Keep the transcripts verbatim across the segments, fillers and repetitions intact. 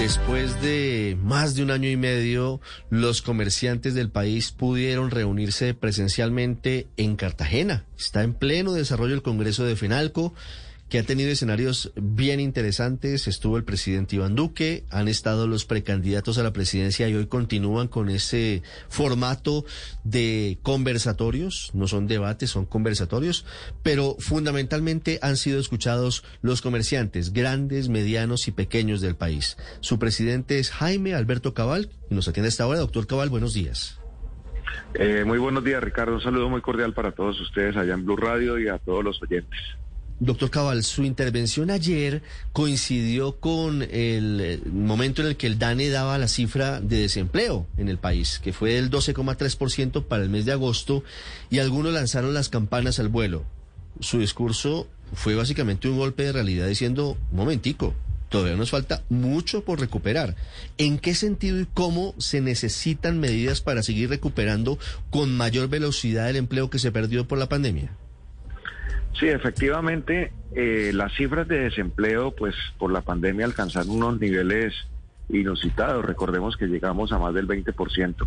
Después de más de un año y medio, los comerciantes del país pudieron reunirse presencialmente en Cartagena. Está en pleno desarrollo el Congreso de FENALCO, que ha tenido escenarios bien interesantes. Estuvo el presidente Iván Duque, han estado los precandidatos a la presidencia y hoy continúan con ese formato de conversatorios. No son debates, son conversatorios, pero fundamentalmente han sido escuchados los comerciantes, grandes, medianos y pequeños del país. Su presidente es Jaime Alberto Cabal y nos atiende a esta hora. Doctor Cabal, buenos días. Eh, muy buenos días, Ricardo. Un saludo muy cordial para todos ustedes allá en Blue Radio y a todos los oyentes. Doctor Cabal, su intervención ayer coincidió con el momento en el que el DANE daba la cifra de desempleo en el país, que fue del doce coma tres por ciento para el mes de agosto, y algunos lanzaron las campanas al vuelo. Su discurso fue básicamente un golpe de realidad diciendo, un momentico, todavía nos falta mucho por recuperar. ¿En qué sentido y cómo se necesitan medidas para seguir recuperando con mayor velocidad el empleo que se perdió por la pandemia? Sí, efectivamente, eh, las cifras de desempleo, pues por la pandemia alcanzaron unos niveles inusitados. Recordemos que llegamos a más del veinte por ciento.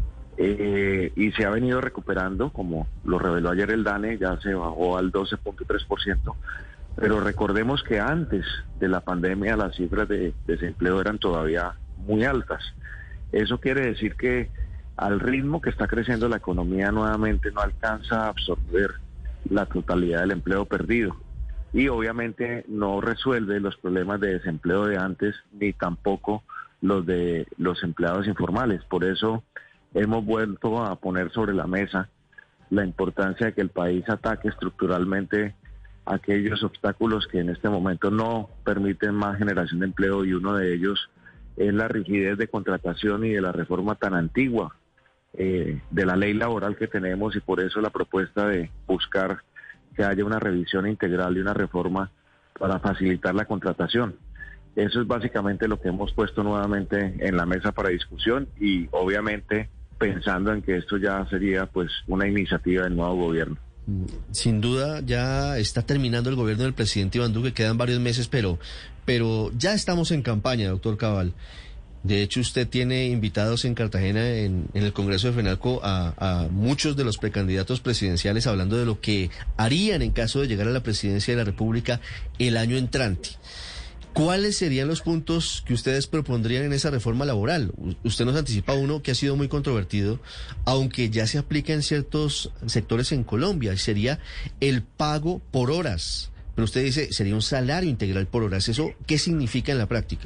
Eh, y se ha venido recuperando, como lo reveló ayer el DANE, ya se bajó al doce punto tres por ciento. Pero recordemos que antes de la pandemia las cifras de desempleo eran todavía muy altas. Eso quiere decir que al ritmo que está creciendo la economía nuevamente no alcanza a absorber la totalidad del empleo perdido y obviamente no resuelve los problemas de desempleo de antes ni tampoco los de los empleados informales. Por eso hemos vuelto a poner sobre la mesa la importancia de que el país ataque estructuralmente aquellos obstáculos que en este momento no permiten más generación de empleo, y uno de ellos es la rigidez de contratación y de la reforma tan antigua Eh, de la ley laboral que tenemos, y por eso la propuesta de buscar que haya una revisión integral y una reforma para facilitar la contratación. Eso es básicamente lo que hemos puesto nuevamente en la mesa para discusión, y obviamente pensando en que esto ya sería pues una iniciativa del nuevo gobierno. Sin duda ya está terminando el gobierno del presidente Iván Duque, quedan varios meses, pero, pero ya estamos en campaña, doctor Cabal. De hecho, usted tiene invitados en Cartagena, en, en el Congreso de FENALCO, a, a muchos de los precandidatos presidenciales hablando de lo que harían en caso de llegar a la presidencia de la República el año entrante. ¿Cuáles serían los puntos que ustedes propondrían en esa reforma laboral? Usted nos anticipa uno que ha sido muy controvertido, aunque ya se aplica en ciertos sectores en Colombia, y sería el pago por horas. Pero usted dice, sería un salario integral por horas. ¿Eso qué significa en la práctica?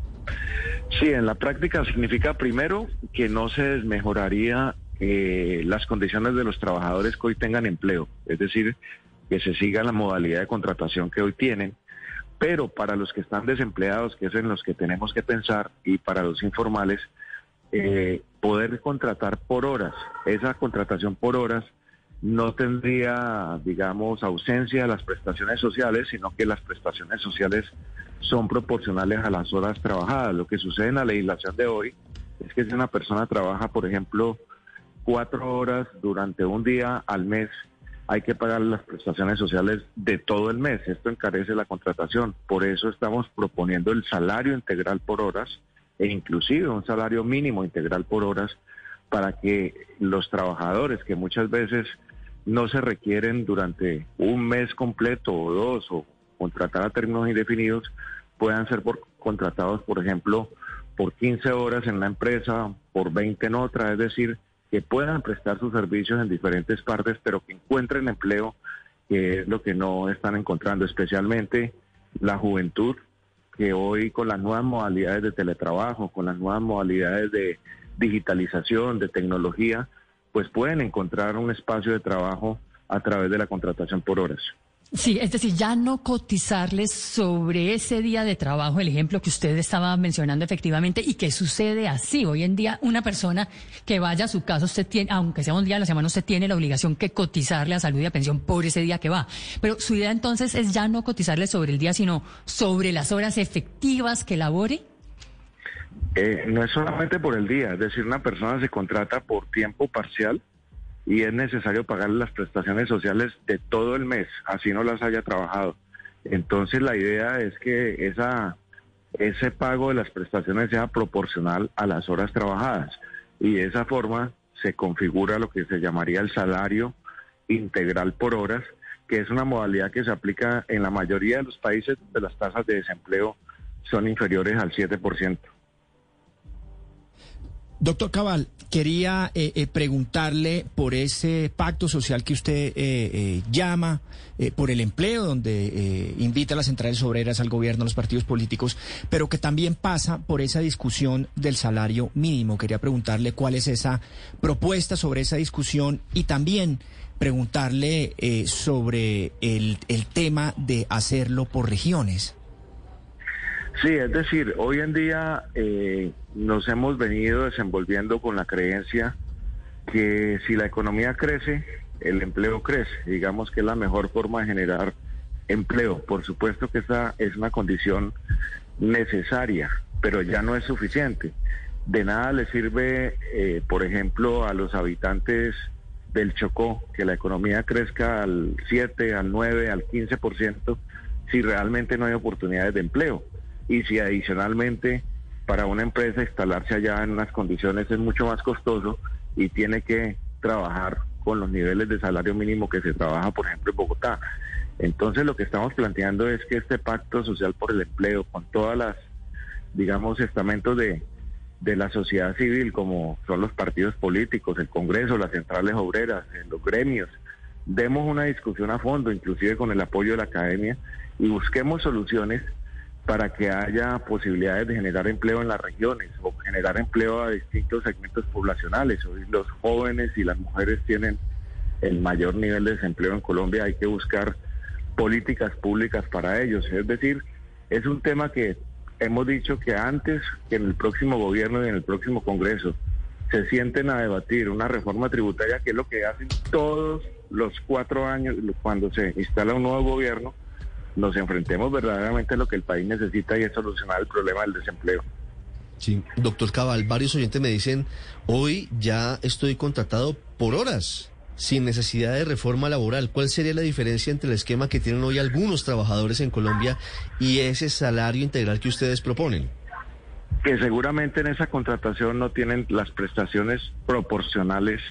Sí, en la práctica significa primero que no se desmejoraría eh, las condiciones de los trabajadores que hoy tengan empleo, es decir, que se siga la modalidad de contratación que hoy tienen, pero para los que están desempleados, que es en los que tenemos que pensar, y para los informales, eh, poder contratar por horas. Esa contratación por horas no tendría, digamos, ausencia de las prestaciones sociales, sino que las prestaciones sociales son proporcionales a las horas trabajadas. Lo que sucede en la legislación de hoy es que si una persona trabaja, por ejemplo, cuatro horas durante un día al mes, hay que pagar las prestaciones sociales de todo el mes. Esto encarece la contratación. Por eso estamos proponiendo el salario integral por horas, e inclusive un salario mínimo integral por horas, para que los trabajadores, que muchas veces no se requieren durante un mes completo o dos, o contratar a términos indefinidos, puedan ser por, contratados, por ejemplo, por quince horas en la empresa, por veinte en otra, es decir, que puedan prestar sus servicios en diferentes partes, pero que encuentren empleo, que es lo que no están encontrando, especialmente la juventud, que hoy con las nuevas modalidades de teletrabajo, con las nuevas modalidades de digitalización, de tecnología, pues pueden encontrar un espacio de trabajo a través de la contratación por horas. Sí, es decir, ya no cotizarles sobre ese día de trabajo, el ejemplo que usted estaba mencionando efectivamente, y que sucede así. Hoy en día, una persona que vaya a su casa, usted tiene, aunque sea un día a la semana, usted tiene la obligación que cotizarle a salud y a pensión por ese día que va. Pero su idea entonces es ya no cotizarle sobre el día, sino sobre las horas efectivas que labore. Eh, no es solamente por el día, es decir, una persona se contrata por tiempo parcial y es necesario pagar las prestaciones sociales de todo el mes, así no las haya trabajado. Entonces la idea es que esa ese pago de las prestaciones sea proporcional a las horas trabajadas. Y de esa forma se configura lo que se llamaría el salario integral por horas, que es una modalidad que se aplica en la mayoría de los países donde las tasas de desempleo son inferiores al siete por ciento. Doctor Cabal, quería eh, eh, preguntarle por ese pacto social que usted eh, eh, llama, eh, por el empleo, donde eh, invita a las centrales obreras, al gobierno, a los partidos políticos, pero que también pasa por esa discusión del salario mínimo. Quería preguntarle cuál es esa propuesta sobre esa discusión y también preguntarle eh, sobre el, el tema de hacerlo por regiones. Sí, es decir, hoy en día eh, nos hemos venido desenvolviendo con la creencia que si la economía crece, el empleo crece. Digamos que es la mejor forma de generar empleo. Por supuesto que esa es una condición necesaria, pero ya no es suficiente. De nada le sirve, eh, por ejemplo, a los habitantes del Chocó que la economía crezca al siete, al nueve, al quince por ciento si realmente no hay oportunidades de empleo. Y si adicionalmente para una empresa instalarse allá en unas condiciones es mucho más costoso y tiene que trabajar con los niveles de salario mínimo que se trabaja, por ejemplo, en Bogotá. Entonces lo que estamos planteando es que este pacto social por el empleo, con todas las, digamos, estamentos de, de la sociedad civil, como son los partidos políticos, el Congreso, las centrales obreras, los gremios, demos una discusión a fondo, inclusive con el apoyo de la academia, y busquemos soluciones para que haya posibilidades de generar empleo en las regiones o generar empleo a distintos segmentos poblacionales. Hoy los jóvenes y las mujeres tienen el mayor nivel de desempleo en Colombia, hay que buscar políticas públicas para ellos. Es decir, es un tema que hemos dicho que antes que en el próximo gobierno y en el próximo Congreso se sienten a debatir una reforma tributaria, que es lo que hacen todos los cuatro años cuando se instala un nuevo gobierno, nos enfrentemos verdaderamente a lo que el país necesita y es solucionar el problema del desempleo. Sí, doctor Cabal, varios oyentes me dicen, hoy ya estoy contratado por horas, sin necesidad de reforma laboral. ¿Cuál sería la diferencia entre el esquema que tienen hoy algunos trabajadores en Colombia y ese salario integral que ustedes proponen? Que seguramente en esa contratación no tienen las prestaciones proporcionales,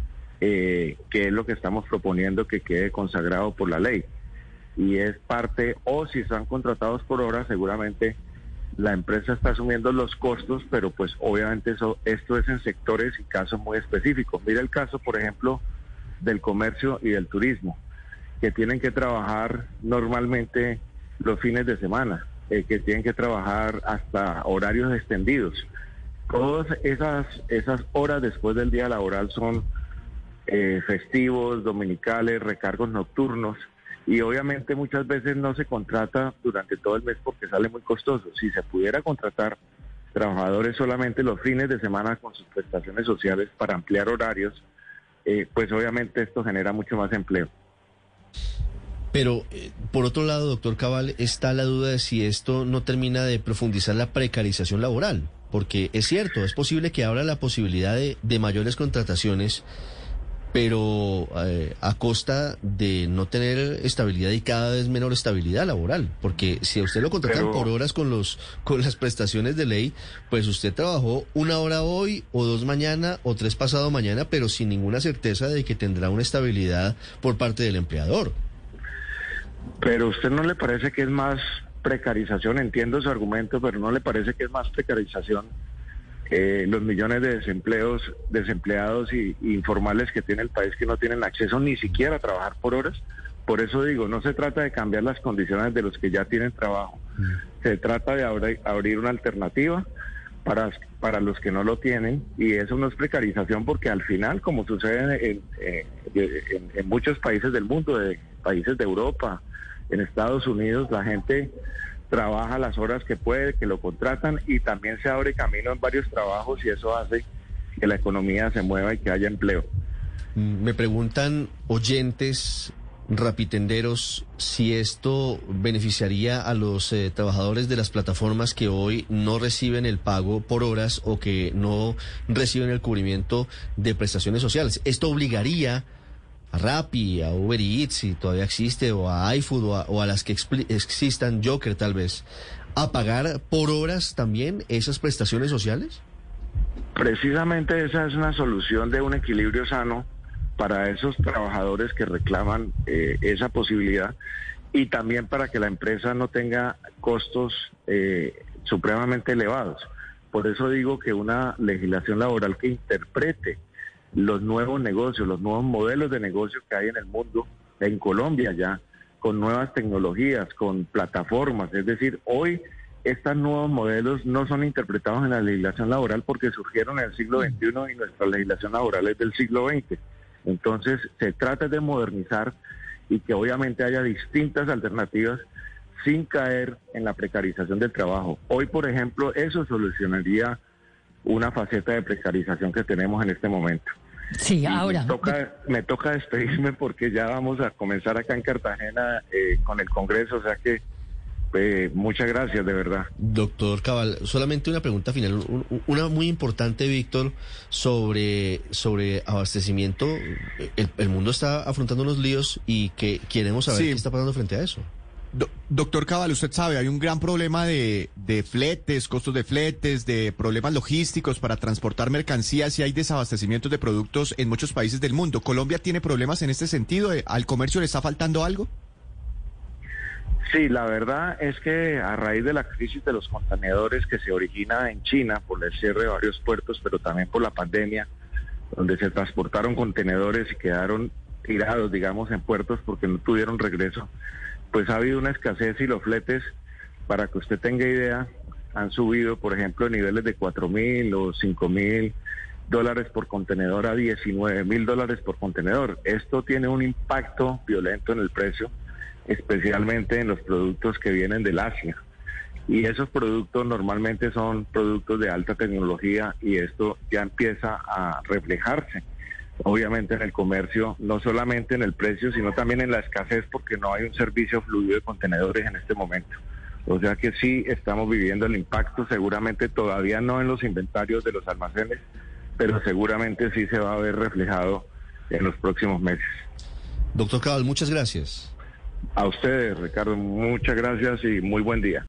eh, que es lo que estamos proponiendo que quede consagrado por la ley. Y es parte, o si están contratados por hora, seguramente la empresa está asumiendo los costos, pero pues obviamente eso, esto es en sectores y casos muy específicos. Mira el caso, por ejemplo, del comercio y del turismo, que tienen que trabajar normalmente los fines de semana, eh, que tienen que trabajar hasta horarios extendidos. Todas esas, esas horas después del día laboral son eh, festivos, dominicales, recargos nocturnos, y obviamente muchas veces no se contrata durante todo el mes porque sale muy costoso. Si se pudiera contratar trabajadores solamente los fines de semana con sus prestaciones sociales para ampliar horarios, eh, pues obviamente esto genera mucho más empleo. Pero, eh, por otro lado, doctor Cabal, está la duda de si esto no termina de profundizar la precarización laboral, porque es cierto, es posible que abra la posibilidad de, de mayores contrataciones, pero eh, a costa de no tener estabilidad y cada vez menor estabilidad laboral, porque si a usted lo contratan pero... por horas con los con las prestaciones de ley, pues usted trabajó una hora hoy o dos mañana o tres pasado mañana, pero sin ninguna certeza de que tendrá una estabilidad por parte del empleador. Pero ¿a usted no le parece que es más precarización? Entiendo su argumento, pero ¿no le parece que es más precarización Eh, los millones de desempleos, desempleados y, y informales que tiene el país, que no tienen acceso ni siquiera a trabajar por horas? Por eso digo, no se trata de cambiar las condiciones de los que ya tienen trabajo, se trata de abrir, abrir una alternativa para, para los que no lo tienen, y eso no es precarización, porque al final, como sucede en, en, en, en muchos países del mundo, de países de Europa, en Estados Unidos, la gente trabaja las horas que puede, que lo contratan, y también se abre camino en varios trabajos, y eso hace que la economía se mueva y que haya empleo. Me preguntan oyentes rapitenderos si esto beneficiaría a los eh, trabajadores de las plataformas que hoy no reciben el pago por horas o que no reciben el cubrimiento de prestaciones sociales. ¿Esto obligaría a Rappi, a Uber Eats, si todavía existe, o a iFood, o a, o a las que existan, Joker tal vez, a pagar por horas también esas prestaciones sociales? Precisamente esa es una solución de un equilibrio sano para esos trabajadores que reclaman eh, esa posibilidad, y también para que la empresa no tenga costos eh, supremamente elevados. Por eso digo que una legislación laboral que interprete los nuevos negocios, los nuevos modelos de negocio que hay en el mundo, en Colombia ya, con nuevas tecnologías, con plataformas. Es decir, hoy estos nuevos modelos no son interpretados en la legislación laboral porque surgieron en el siglo veintiuno y nuestra legislación laboral es del siglo veinte. Entonces, se trata de modernizar y que obviamente haya distintas alternativas sin caer en la precarización del trabajo. Hoy, por ejemplo, eso solucionaría una faceta de precarización que tenemos en este momento. Sí, y ahora... Me toca, me toca despedirme porque ya vamos a comenzar acá en Cartagena eh, con el Congreso, o sea que eh, muchas gracias, de verdad. Doctor Cabal, solamente una pregunta final, un, una muy importante, Víctor, sobre, sobre abastecimiento. El, el mundo está afrontando unos líos y que queremos saber sí. qué está pasando frente a eso. Do, doctor Cabal, usted sabe, hay un gran problema de, de fletes, costos de fletes, de problemas logísticos para transportar mercancías, y hay desabastecimientos de productos en muchos países del mundo. ¿Colombia tiene problemas en este sentido? ¿Al comercio le está faltando algo? Sí, la verdad es que a raíz de la crisis de los contenedores que se origina en China por el cierre de varios puertos, pero también por la pandemia, donde se transportaron contenedores y quedaron tirados, digamos, en puertos porque no tuvieron regreso, pues ha habido una escasez y los fletes, para que usted tenga idea, han subido, por ejemplo, niveles de cuatro mil o cinco mil dólares por contenedor a diecinueve mil dólares por contenedor. Esto tiene un impacto violento en el precio, especialmente en los productos que vienen del Asia. Y esos productos normalmente son productos de alta tecnología, y esto ya empieza a reflejarse, obviamente, en el comercio, no solamente en el precio, sino también en la escasez, porque no hay un servicio fluido de contenedores en este momento. O sea que sí estamos viviendo el impacto, seguramente todavía no en los inventarios de los almacenes, pero seguramente sí se va a ver reflejado en los próximos meses. Doctor Cabal, muchas gracias. A ustedes, Ricardo, muchas gracias y muy buen día.